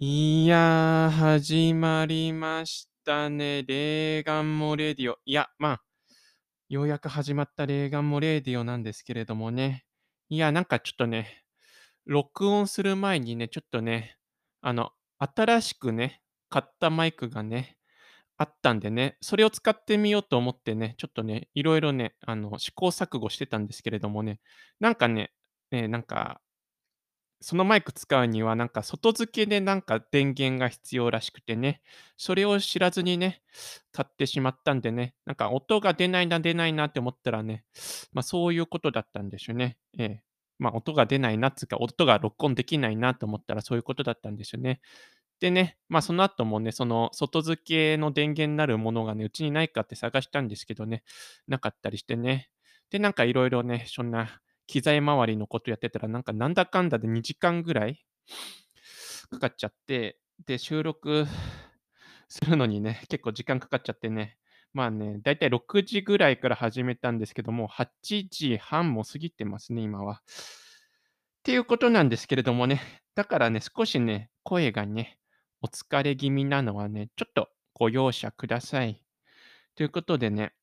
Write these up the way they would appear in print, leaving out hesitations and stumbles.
いやー、始まりましたね。レーガンモレディオ。いや、ようやく始まったレーガンモレディオなんですけれどもね。いや、なんかちょっとね、録音する前にね、ちょっとね、あの、新しくね、買ったマイクがね、あったんでね、それを使ってみようと思ってね、ちょっとね、いろいろね、試行錯誤してたんですけれどもね、なんかね、なんかそのマイク使うには、なんか外付けでなんか電源が必要らしくてね、それを知らずにね、買ってしまったんでね、なんか音が出ないな、出ないなって思ったらね、そういうことだったんですよね。ええ。音が出ないなっつうか、音が録音できないなと思ったらそういうことだったんですよね。でね、その後もね、その外付けの電源になるものがね、うちにないかって探したんですけどね、なかったりしてね。で、なんかいろいろね、そんな機材周りのことやってたら、なんだかんだで2時間ぐらいかかっちゃって、で、収録するのにね、結構時間かかっちゃってね、だいたい6時ぐらいから始めたんですけども、8時半も過ぎてますね、今は。っていうことなんですけれどもね、だからね、少しね、声がね、お疲れ気味なのはね、ちょっとご容赦ください。ということでね、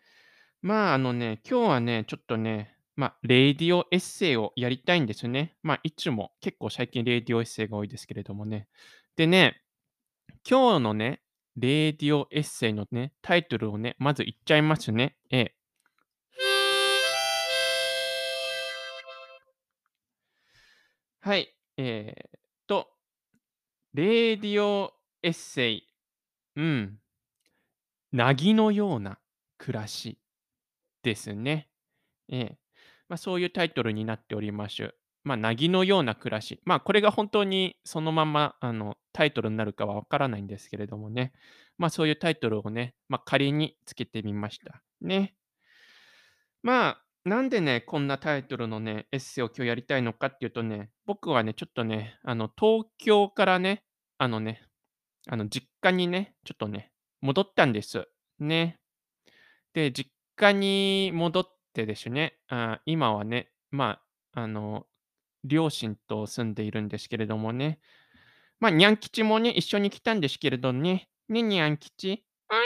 今日はね、ちょっとね、レイディオエッセイをやりたいんですね。いつも結構最近レイディオエッセイが多いですけれどもね。でね、今日のね、レイディオエッセイのね、タイトルをね、まず言っちゃいますね。はい。と、レイディオエッセイ、うん、凪のような暮らしですね。ええ。そういうタイトルになっております。凪のような暮らし。これが本当にそのまま、タイトルになるかはわからないんですけれどもね。そういうタイトルをね、仮につけてみました。ね。なんでね、こんなタイトルのね、エッセイを今日やりたいのかっていうとね、僕はね、ちょっとね、東京からね、あのね、実家にね、ちょっとね、戻ったんです。ね。で、実家に戻ってですね、今はね、両親と住んでいるんですけれどもね。にゃん吉もね、一緒に来たんですけれどね。ね、にゃん吉。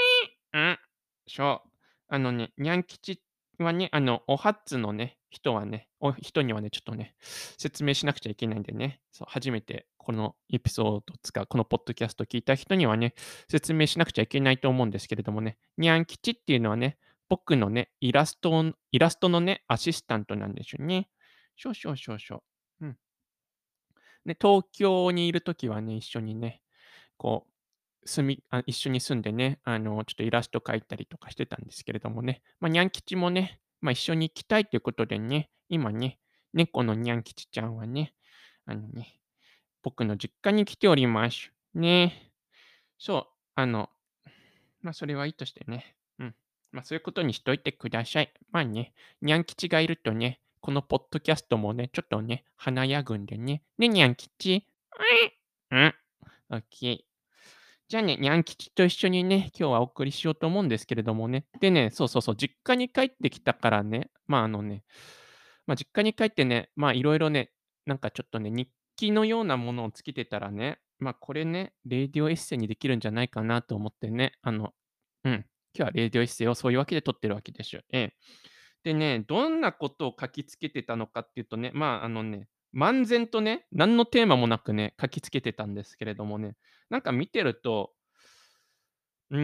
そう。にゃん吉はね、お初のね、人にはね、ちょっとね、説明しなくちゃいけないんでね、そう、初めてこのエピソードつか、このポッドキャスト聞いた人にはね、説明しなくちゃいけないと思うんですけれどもね、にゃん吉っていうのはね、僕のね、イラストのね、アシスタントなんですよね。そう。うん。ね、東京にいるときはね、一緒にね、こ一緒に住んでね、ちょっとイラスト描いたりとかしてたんですけれどもね、にゃん吉もね、一緒に行きたいということでね、今ね、猫のにゃん吉ちゃんはね、あのね、僕の実家に来ております。ね。そう、それはいいとしてね。うん。そういうことにしといてください。にゃん吉がいるとね、このポッドキャストもね、ちょっとね、華やぐんでね。ね、にゃん吉。うん。オッケー。じゃあね、にゃん吉と一緒にね、今日はお送りしようと思うんですけれどもね。でね、そう、実家に帰ってきたからね、実家に帰ってね、いろいろね、なんかちょっとね、日記のようなものをつけてたらね、これね、レイディオエッセイにできるんじゃないかなと思ってね、うん、今日はレイディオエッセイをそういうわけで撮ってるわけです。でね、どんなことを書きつけてたのかっていうとね、漫然とね、何のテーマもなくね、書きつけてたんですけれどもね、なんか見てると、うん、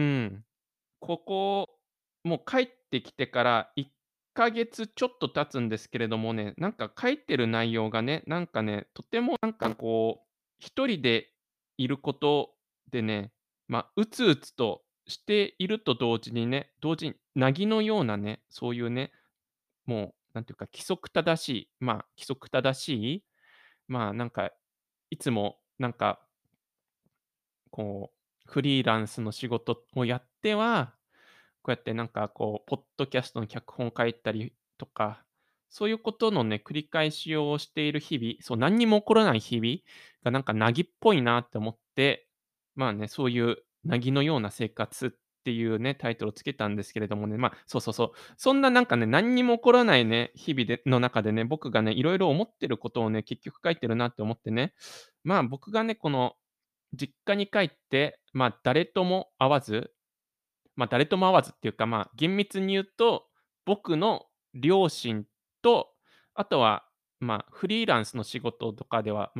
ここ、もう帰ってきてから1ヶ月ちょっと経つんですけれどもね、なんか書いてる内容がね、なんかね、とてもなんかこう、一人でいることでね、うつうつとしていると同時に凪のようなね、そういうね、もうなんていうか規則正しい、規則正しい、なんか、いつもなんかこフリーランスの仕事をやっては、こうやってなんかこう、ポッドキャストの脚本書いたりとか、そういうことのね、繰り返しをしている日々、そう、何にも起こらない日々がなんか凪っぽいなって思って、そういう凪のような生活っていうね、タイトルをつけたんですけれどもね、そう。そんななんかね、何にも起こらないね、日々の中でね、僕がね、いろいろ思ってることをね、結局書いてるなって思ってね、僕がね、この実家に帰って、誰とも会わず、誰とも会わずっていうか、厳密に言うと、僕の両親と、あとは、フリーランスの仕事とかでは、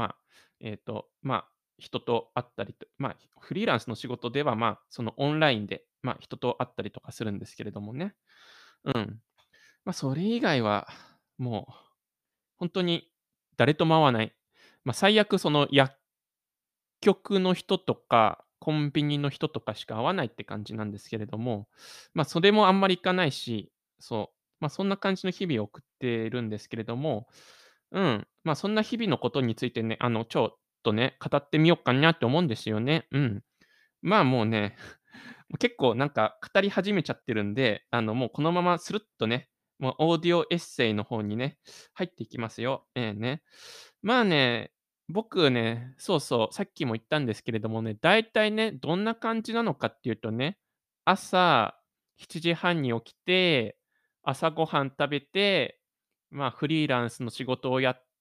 人と会ったりと、フリーランスの仕事では、そのオンラインで、人と会ったりとかするんですけれどもね。うん。それ以外は、もう本当に誰とも会わない。最悪その薬局の人とか、コンビニの人とかしか会わないって感じなんですけれども、それもあんまり行かないし、そう、そんな感じの日々を送ってるんですけれども、そんな日々のことについてね、ちょっとね、語ってみようかなって思うんですよね。うん。もうね、結構なんか語り始めちゃってるんで、もうこのままスルッとね、もうオーディオエッセイの方にね、入っていきますよ。ええね。ね、僕ね、そうそう、さっきも言ったんですけれどもね、だいたいね、どんな感じなのかっていうとね、朝7時半に起きて、朝ごはん食べて、フリーランスの仕事をやって、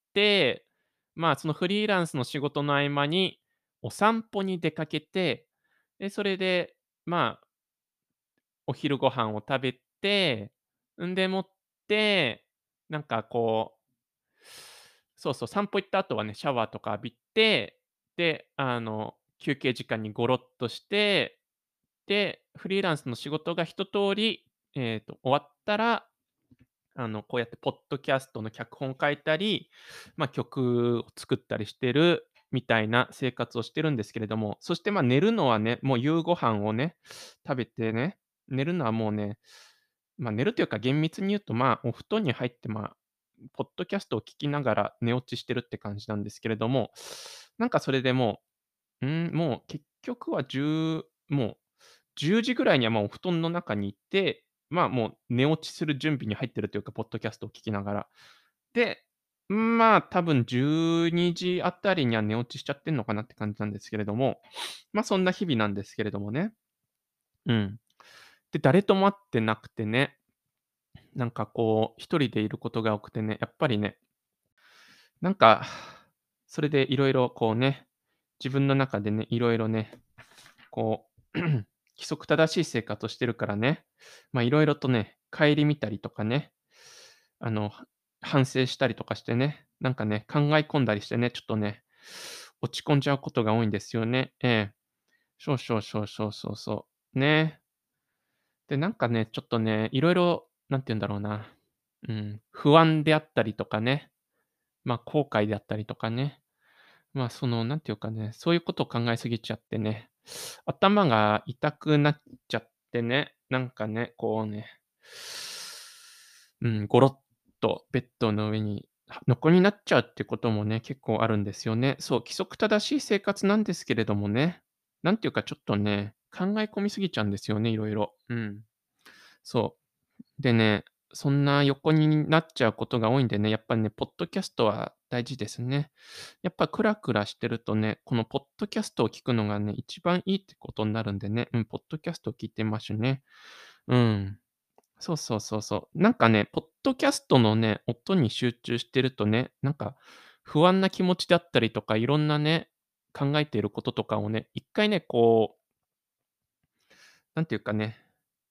そのフリーランスの仕事の合間にお散歩に出かけて、で、それで、まあ、お昼ご飯を食べて、んでもって、なんかこう、そうそう、散歩行った後はね、シャワーとか浴びて、で、休憩時間にゴロッとして、で、フリーランスの仕事が一通り、終わったら、こうやってポッドキャストの脚本書いたり、曲を作ったりしてるみたいな生活をしてるんですけれども、そして、寝るのはね、もう夕ご飯をね、食べてね、寝るのはもうね、寝るというか厳密に言うと、お布団に入って、ポッドキャストを聞きながら寝落ちしてるって感じなんですけれども、なんかそれでももう結局はもう10時ぐらいにはもうお布団の中にいて、もう寝落ちする準備に入ってるというか、ポッドキャストを聞きながら。で、多分12時あたりには寝落ちしちゃってんのかなって感じなんですけれども、そんな日々なんですけれどもね。うん。で、誰とも会ってなくてね、なんかこう、一人でいることが多くてね、やっぱりね、なんか、それでいろいろこうね、自分の中でね、いろいろね、こう、規則正しい生活をしてるからね、いろいろとね、顧みたりとかね、あの、反省したりとかしてね、なんかね、考え込んだりしてね、ちょっとね、落ち込んじゃうことが多いんですよね。ええ。そう。ね。で、なんかね、ちょっとね、いろいろ、なんて言うんだろうな、不安であったりとかね、後悔であったりとかね、なんていうかね、そういうことを考えすぎちゃってね、頭が痛くなっちゃってね、なんかね、こうね、ゴロッとベッドの上に横になっちゃうってこともね、結構あるんですよね。そう、規則正しい生活なんですけれどもね、なんていうかちょっとね、考え込みすぎちゃうんですよね、いろいろ。うん。そう。でね、そんな横になっちゃうことが多いんでね、やっぱりね、ポッドキャストは大事ですね。やっぱクラクラしてるとね、このポッドキャストを聞くのがね、一番いいってことになるんでね、ポッドキャストを聞いてますね。うん。そう。なんかね、ポッドキャストのね、音に集中してるとね、なんか不安な気持ちだったりとか、いろんなね、考えていることとかをね、一回ね、こう、なんていうかね、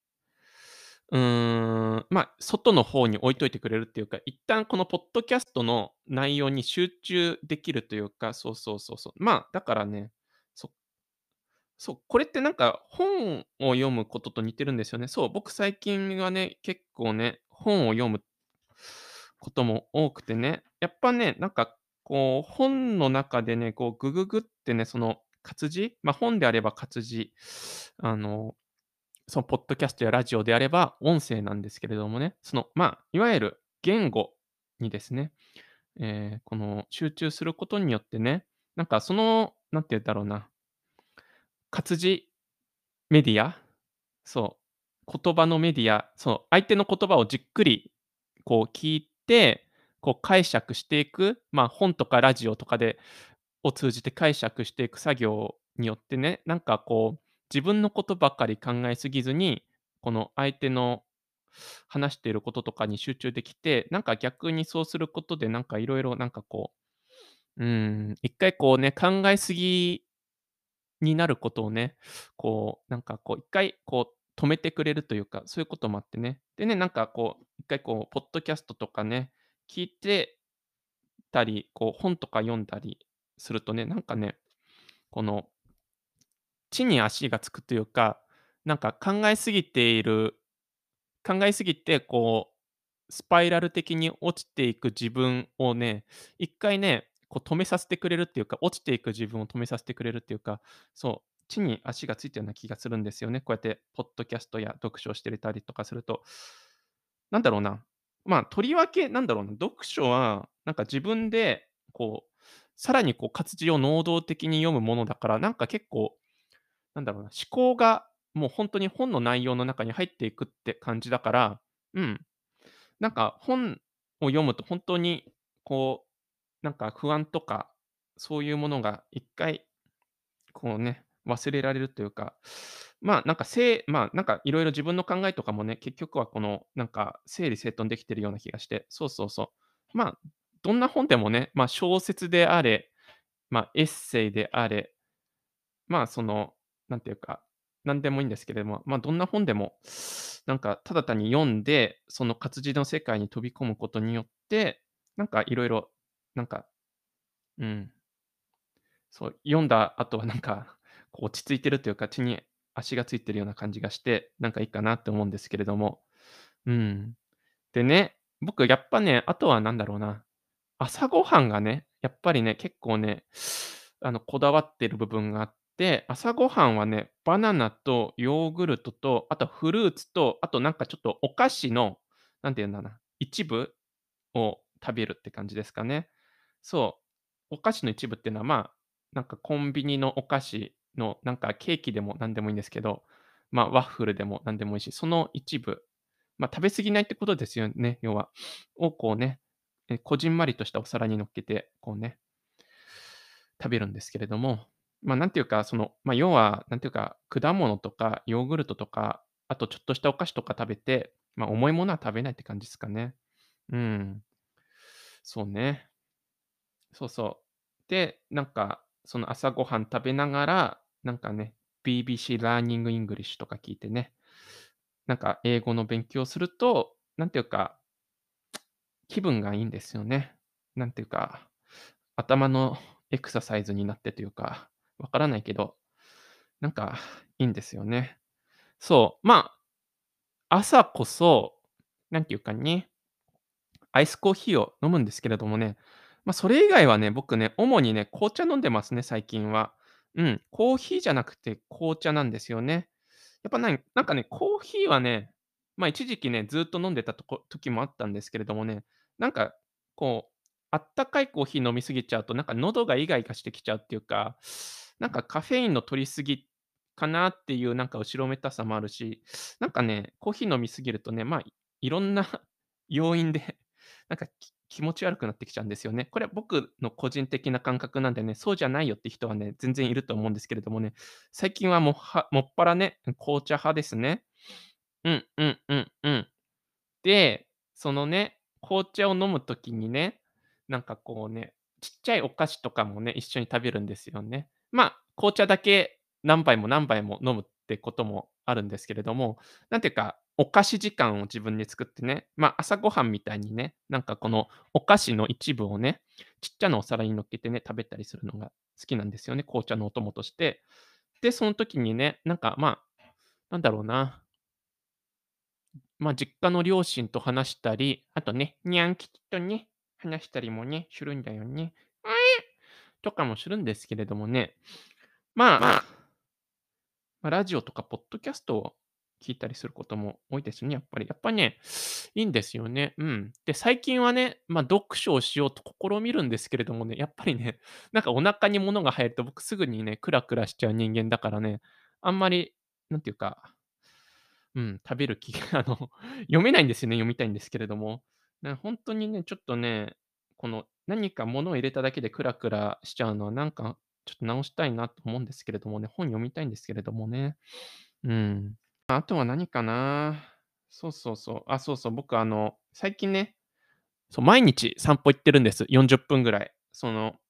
外の方に置いといてくれるっていうか、一旦このポッドキャストの内容に集中できるというか、そう。だからね、そこれってなんか本を読むことと似てるんですよね。そう、僕最近はね、結構ね、本を読むことも多くてね、やっぱね、なんかこう本の中でね、こうグググってね、その活字、本であれば活字、あのそのポッドキャストやラジオであれば、音声なんですけれどもね、いわゆる言語にですね、この集中することによってね、なんかその、なんて言うんだろうな、活字メディア、そう、言葉のメディア、そう、相手の言葉をじっくりこう聞いて、こう解釈していく、本とかラジオとかを通じて解釈していく作業によってね、なんかこう、自分のことばっかり考えすぎずに、この相手の話していることとかに集中できて、なんか逆にそうすることで、なんかいろいろなんかこう、一回こうね、考えすぎになることをね、こう、なんかこう、一回こう止めてくれるというか、そういうこともあってね。でね、なんかこう、一回こう、ポッドキャストとかね、聞いてたり、こう、本とか読んだりするとね、なんかね、この、地に足がつくというか、なんか考えすぎて、こう、スパイラル的に落ちていく自分をね、一回ね、こう止めさせてくれるっていうか、落ちていく自分を止めさせてくれるっていうか、そう、地に足がついたような気がするんですよね。こうやってポッドキャストや読書をしてたりとかすると。なんだろうな、まあ、とりわけ、なんだろうな、読書は、なんか自分で、こう、さらにこう活字を能動的に読むものだから、なんか結構、なんだろうな、思考がもう本当に本の内容の中に入っていくって感じだから、うん、なんか本を読むと本当にこう、なんか不安とか、そういうものが一回こうね、忘れられるというか、まあ、なんかまあ、なんかいろいろ自分の考えとかもね、結局はこのなんか整理整頓できてるような気がして、そうそうそう。まあ、どんな本でもね、まあ、小説であれ、まあ、エッセイであれ、まあ、その、なんていうか、なんでもいいんですけれども、まあ、どんな本でも、なんかただ単に読んで、その活字の世界に飛び込むことによって、なんかいろいろ、なんか、うん、そう、読んだ後はなんか、こう落ち着いてるというか、地に足がついてるような感じがして、なんかいいかなって思うんですけれども。うん。でね、僕やっぱね、あとはなんだろうな、朝ごはんがね、やっぱりね、結構ね、こだわってる部分があって、朝ごはんはね、バナナとヨーグルトと、あとフルーツと、あとなんかちょっとお菓子の、なんていうんだな、一部を食べるって感じですかね。そう、お菓子の一部っていうのは、まあ、なんかコンビニのお菓子の、なんかケーキでもなんでもいいんですけど、まあ、ワッフルでもなんでもいいし、その一部、まあ、食べ過ぎないってことですよね、要は。をこうね、こじんまりとしたお皿に乗っけて、こうね、食べるんですけれども、まあ、なんていうか、その、まあ、要は、なんていうか、果物とかヨーグルトとか、あとちょっとしたお菓子とか食べて、まあ、重いものは食べないって感じですかね。うん。そうね。そうそう。で、なんか、その朝ごはん食べながら、なんかね、BBC ラーニングイングリッシュとか聞いてね、なんか英語の勉強すると、なんていうか、気分がいいんですよね。なんていうか、頭のエクササイズになってというか、わからないけど、なんかいいんですよね。そう、まあ、朝こそ、なんていうかね、アイスコーヒーを飲むんですけれどもね、まあ、それ以外はね、僕ね、主にね、紅茶飲んでますね、最近は。うん、コーヒーじゃなくて紅茶なんですよね。やっぱなんかね、コーヒーはね、ま、一時期ね、ずっと飲んでた時もあったんですけれどもね、なんか、こう、あったかいコーヒー飲み過ぎちゃうと、なんか喉がイガイガしてきちゃうっていうか、なんかカフェインの取り過ぎかなっていうなんか後ろめたさもあるし、なんかね、コーヒー飲み過ぎるとね、まあ、いろんな要因でなんか、気持ち悪くなってきちゃうんですよね。これは僕の個人的な感覚なんでね、そうじゃないよって人はね、全然いると思うんですけれどもね、最近はもっぱらね、紅茶派ですね。うんうんうんうん。で、そのね、紅茶を飲む時にね、なんかこうね、ちっちゃいお菓子とかもね、一緒に食べるんですよね。まあ、紅茶だけ何杯も何杯も飲むってこともあるんですけれども、なんていうか、お菓子時間を自分で作ってね、まあ、朝ごはんみたいにね、なんかこのお菓子の一部をね、ちっちゃなお皿に乗っけてね、食べたりするのが好きなんですよね、紅茶のお供として。で、その時にね、なんか、まあ、なんだろうな、まあ、実家の両親と話したり、あとね、にゃん吉とね、話したりもね、するんだよね。とかもするんですけれどもね、まあ、ラジオとかポッドキャストを聞いたりすることも多いですね、やっぱり。やっぱね、いいんですよね。うん。で、最近はね、まあ、読書をしようと試みるんですけれどもね、やっぱりね、なんかお腹に物が入ると僕すぐにね、クラクラしちゃう人間だからね、あんまり、なんていうか、うん、食べる気が、読めないんですよね、読みたいんですけれども。本当にね、ちょっとね、この何か物を入れただけでクラクラしちゃうのは、なんかちょっと直したいなと思うんですけれどもね、本読みたいんですけれどもね。うん。あとは何かな。そうそうそう。あ、そうそう、僕最近ね、そう、毎日散歩行ってるんです。40分ぐらい。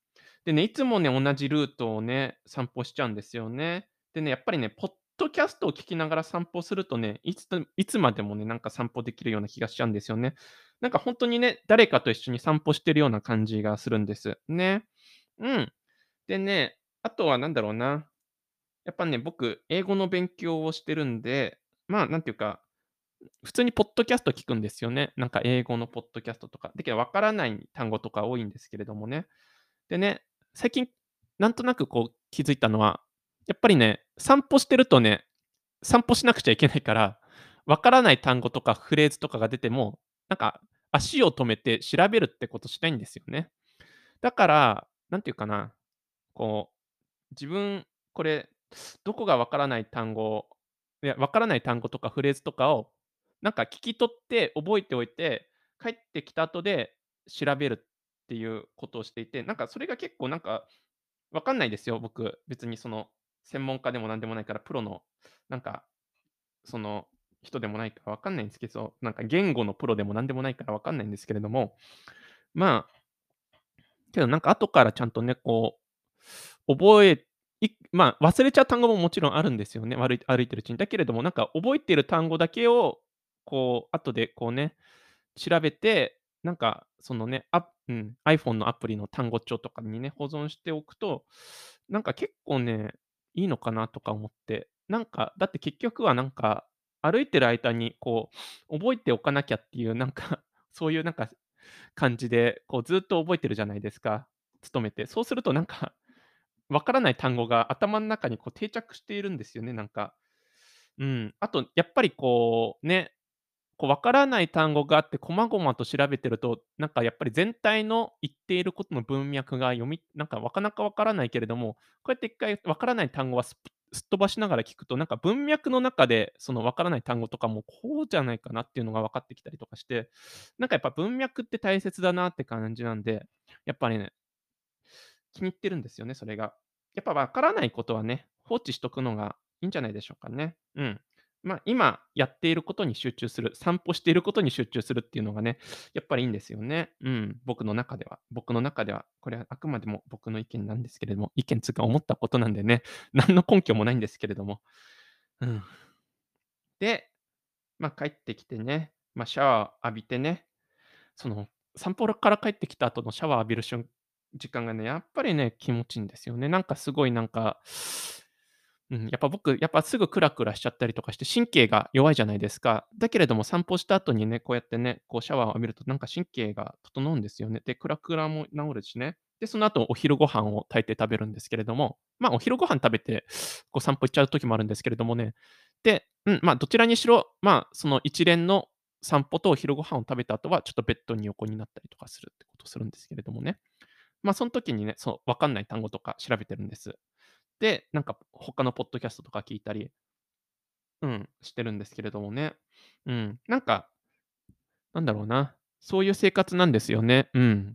でね、いつもね、同じルートをね、散歩しちゃうんですよね。でね、やっぱりね、ポッドキャストを聞きながら散歩するとね、いつまでもね、なんか散歩できるような気がしちゃうんですよね。なんか本当にね、誰かと一緒に散歩してるような感じがするんです。ね。うん。でね、あとはなんだろうな、やっぱね、僕、英語の勉強をしてるんで、まあ、なんていうか、普通にポッドキャスト聞くんですよね。なんか英語のポッドキャストとか。だけど分からない単語とか多いんですけれどもね。でね、最近なんとなくこう気づいたのは、やっぱりね、散歩してるとね、散歩しなくちゃいけないから、分からない単語とかフレーズとかが出ても、なんか足を止めて調べるってことしないんですよね。だから、なんていうかな、こう、自分、これ、どこがわからない単語、いや、わからない単語とかフレーズとかを、なんか聞き取って覚えておいて、帰ってきた後で調べるっていうことをしていて、なんかそれが結構なんか、わかんないですよ、僕。別にその、専門家でもなんでもないから、プロの、なんか、その、人でもないからわかんないんですけど、なんか言語のプロでもなんでもないからわかんないんですけれども、まあ、けどなんか後からちゃんとね、こう、まあ、忘れちゃう単語ももちろんあるんですよね、歩いてるうちに。だけれども、なんか覚えてる単語だけを、こう、後でこうね、調べて、なんかそのね、iPhone のアプリの単語帳とかにね、保存しておくと、なんか結構ね、いいのかなとか思って。なんか、だって結局はなんか、歩いてる間にこう、覚えておかなきゃっていうなんか、そういうなんか感じで、こうずっと覚えてるじゃないですか、勤めて。そうするとなんか、わからない単語が頭の中にこう定着しているんですよね、なんか。うん。あとやっぱりこう、ね、こうわからない単語があって、細々と調べてると、なんかやっぱり全体の言っていることの文脈がなんかなかなかわからないけれども、こうやって一回わからない単語はすっ飛ばしながら聞くと、なんか文脈の中で、そのわからない単語とかもこうじゃないかなっていうのが分かってきたりとかして、なんかやっぱ文脈って大切だなって感じなんで、やっぱりね、気に入ってるんですよね、それが。やっぱ分からないことはね、放置しとくのがいいんじゃないでしょうかね。うん。まあ、今やっていることに集中する、散歩していることに集中するっていうのがね、やっぱりいいんですよね。うん、僕の中では、これはあくまでも僕の意見なんですけれども、意見つうか思ったことなんでね、何の根拠もないんですけれども。うん。で、まあ、帰ってきてね、まあ、シャワー浴びてね、その、散歩から帰ってきた後のシャワー浴びる時間がね、やっぱりね、気持ちいいんですよね。なんかすごいなんか、やっぱ僕、やっぱすぐクラクラしちゃったりとかして、神経が弱いじゃないですか。だけれども散歩した後にね、こうやってね、こうシャワーを浴びるとなんか神経が整うんですよね。で、クラクラも治るしね。で、その後お昼ご飯を炊いて食べるんですけれども、まあ、お昼ご飯食べて、こう散歩行っちゃう時もあるんですけれどもね。で、まあ、どちらにしろ、まあ、その一連の散歩とお昼ご飯を食べた後は、ちょっとベッドに横になったりとかするってことをするんですけれどもね。まあ、その時にね、そう、わかんない単語とか調べてるんです。で、なんか他のポッドキャストとか聞いたり、してるんですけれどもね。なんか、なんだろうな、そういう生活なんですよね。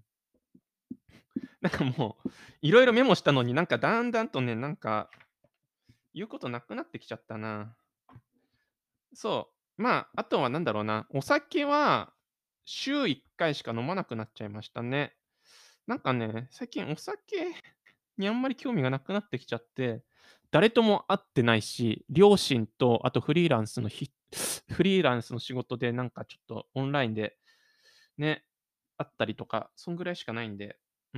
なんかもう、いろいろメモしたのになんかだんだんとね、なんか言うことなくなってきちゃったな。そう。まあ、あとはなんだろうな、お酒は週1回しか飲まなくなっちゃいましたね。なんかね、最近お酒にあんまり興味がなくなってきちゃって、誰とも会ってないし、両親とあとフリーランスの仕事でなんかちょっとオンラインでね、会ったりとか、そんぐらいしかないんで、うん、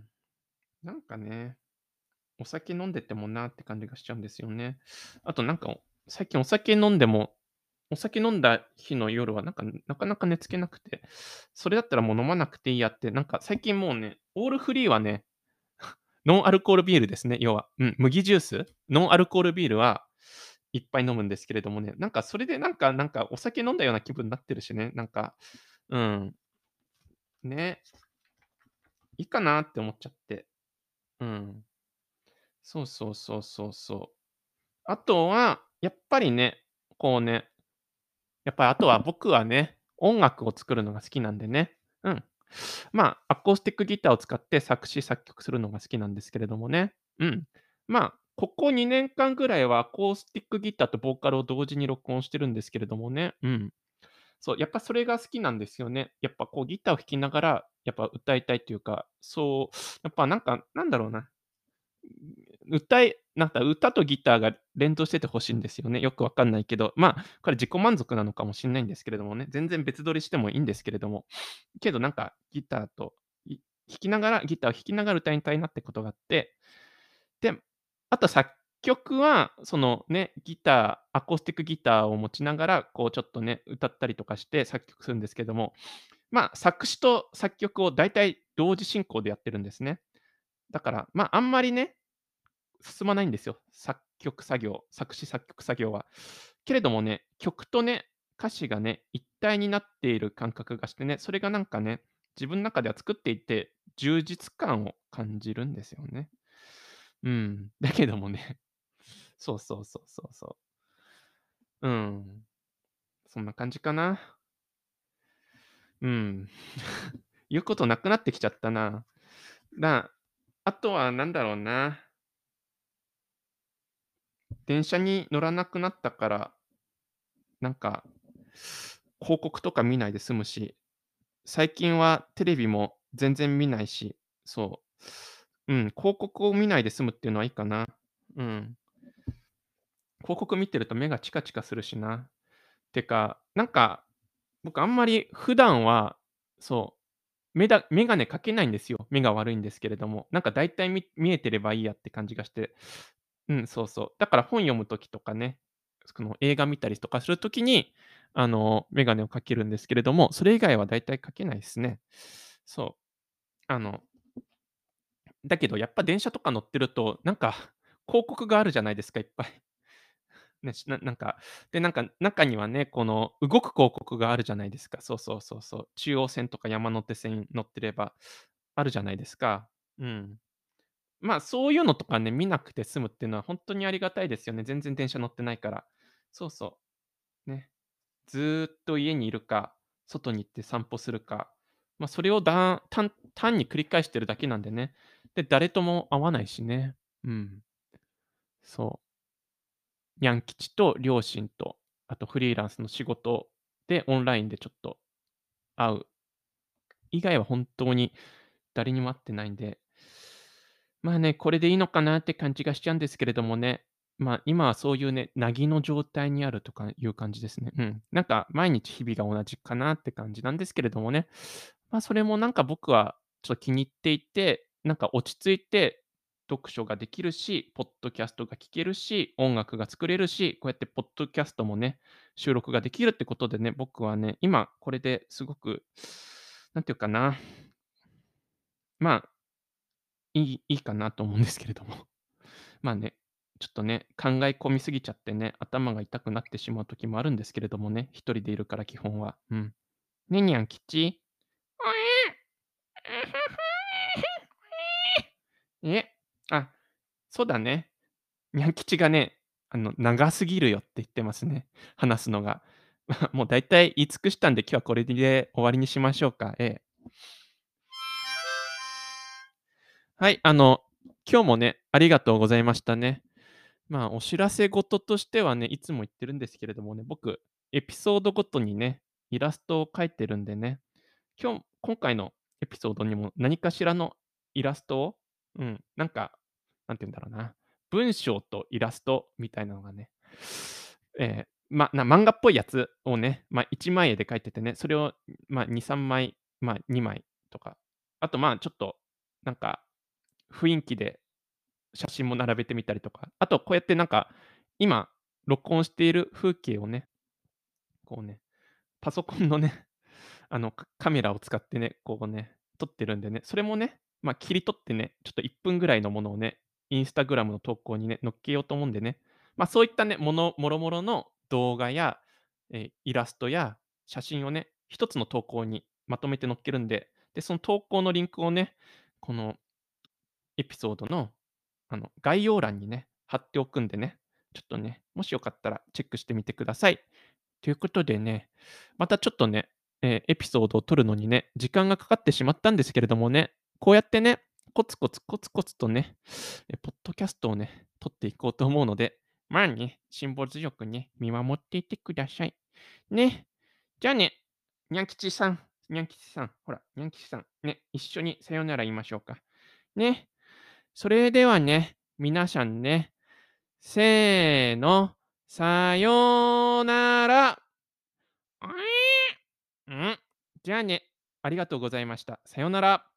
なんかね、お酒飲んでてもなって感じがしちゃうんですよね。あとなんか、最近お酒飲んだ日の夜はなんか、なかなか寝付けなくて、それだったらもう飲まなくていいやって、なんか最近もうね、オールフリーはね、ノンアルコールビールですね、要は。麦ジュース、ノンアルコールビールはいっぱい飲むんですけれどもね、なんかそれでなんかお酒飲んだような気分になってるしね、なんか、うん、ね、いいかなって思っちゃって。うん。そうそうそうそうそう。あとは、やっぱりね、こうね、やっぱりあとは僕はね、音楽を作るのが好きなんでね。うん。まあ、アコースティックギターを使って作詞作曲するのが好きなんですけれどもね。まあ、ここ2年間ぐらいはアコースティックギターとボーカルを同時に録音してるんですけれどもね。 そう、やっぱそれが好きなんですよね。やっぱこうギターを弾きながら、やっぱ歌いたいというか、そう、やっぱなんか、なんだろうな、なんか歌とギターが連動してて欲しいんですよね。よくわかんないけど、まあ、これ自己満足なのかもしんないんですけれどもね、全然別撮りしてもいいんですけれども、けどなんかギターと、弾きながらギターを弾きながら歌いたいなってことがあって、で、あと作曲は、そのね、アコースティックギターを持ちながら、こうちょっとね、歌ったりとかして作曲するんですけども、まあ、作詞と作曲を大体同時進行でやってるんですね。だから、まあ、あんまりね、進まないんですよ。作詞作曲作業は。けれどもね、曲とね、歌詞がね、一体になっている感覚がしてね、それがなんかね、自分の中では作っていて、充実感を感じるんですよね。うん。だけどもね、そう。うん。そんな感じかな。うん。言うことなくなってきちゃったな。あとはなんだろうな。電車に乗らなくなったから、なんか、広告とか見ないで済むし、最近はテレビも全然見ないし、そう。うん、広告を見ないで済むっていうのはいいかな。うん。広告見てると目がチカチカするしな。てか、なんか、僕あんまり普段は、そう、メガネかけないんですよ。目が悪いんですけれども。なんか大体見えてればいいやって感じがして。うん、そうそう。だから本読む時とかね、その映画見たりとかする時に、メガネをかけるんですけれども、それ以外は大体かけないですね。そう。あの、だけどやっぱ電車とか乗ってると、なんか広告があるじゃないですか、いっぱい。ね、なんか、で、なんか中にはね、この動く広告があるじゃないですか。そう。中央線とか山手線乗ってればあるじゃないですか。うん。まあ、そういうのとかね、見なくて済むっていうのは本当にありがたいですよね。全然電車乗ってないから。そうそう。ね。ずーっと家にいるか、外に行って散歩するか、まあ、それを単に繰り返してるだけなんでね。で、誰とも会わないしね。うん。そう。ニャン吉と両親と、あとフリーランスの仕事でオンラインでちょっと会う以外は本当に誰にも会ってないんで、まあね、これでいいのかなって感じがしちゃうんですけれどもね。まあ、今はそういうね、凪ぎの状態にあるとかいう感じですね。うん。なんか毎日日々が同じかなって感じなんですけれどもね。まあ、それもなんか僕はちょっと気に入っていて、なんか落ち着いて読書ができるし、ポッドキャストが聞けるし、音楽が作れるし、こうやってポッドキャストもね、収録ができるってことでね、僕はね、今これですごく、なんていうかな、まあ、いいかなと思うんですけれども。まあね、ちょっとね、考え込みすぎちゃってね、頭が痛くなってしまう時もあるんですけれどもね、一人でいるから基本は。うん。ねにゃん吉？え、あ、そうだね。にゃん吉がね、長すぎるよって言ってますね、話すのが。もうだいたい言い尽くしたんで、今日はこれで終わりにしましょうか。ええ。はい、今日もね、ありがとうございましたね。まあ、お知らせ事としてはね、いつも言ってるんですけれどもね、僕、エピソードごとにね、イラストを描いてるんでね、今回のエピソードにも何かしらのイラストを、うん、なんか、なんて言うんだろうな、文章とイラストみたいなのがね、漫画っぽいやつをね、まあ、1枚絵で描いててね、それを、まあ、2、3枚、まあ、2枚とか、あと、まあ、ちょっと、なんか、雰囲気で写真も並べてみたりとか、あとこうやってなんか、今録音している風景をね、こうね、パソコンのね、カメラを使ってね、こうね、撮ってるんでね、それもね、ま、切り取ってね、ちょっと1分ぐらいのものをね、インスタグラムの投稿にね、載っけようと思うんでね、ま、そういったね、もろもろの動画や、イラストや写真をね、1つの投稿にまとめて載っけるんで、で、その投稿のリンクをね、このエピソードの、概要欄にね、貼っておくんでね、ちょっとね、もしよかったらチェックしてみてください。ということでね、またちょっとね、エピソードを撮るのにね、時間がかかってしまったんですけれどもね、こうやってね、コツコツとね、ポッドキャストをね、撮っていこうと思うので、まあね、辛抱強くね、見守っていてください。ね。 じゃあね、にゃん吉さん、にゃん吉さん、ほら、にゃん吉さん、ね、一緒にさよなら言いましょうか。ね。それではね、皆さんね、せーの、さようなら。うん。じゃあね、ありがとうございました。さようなら。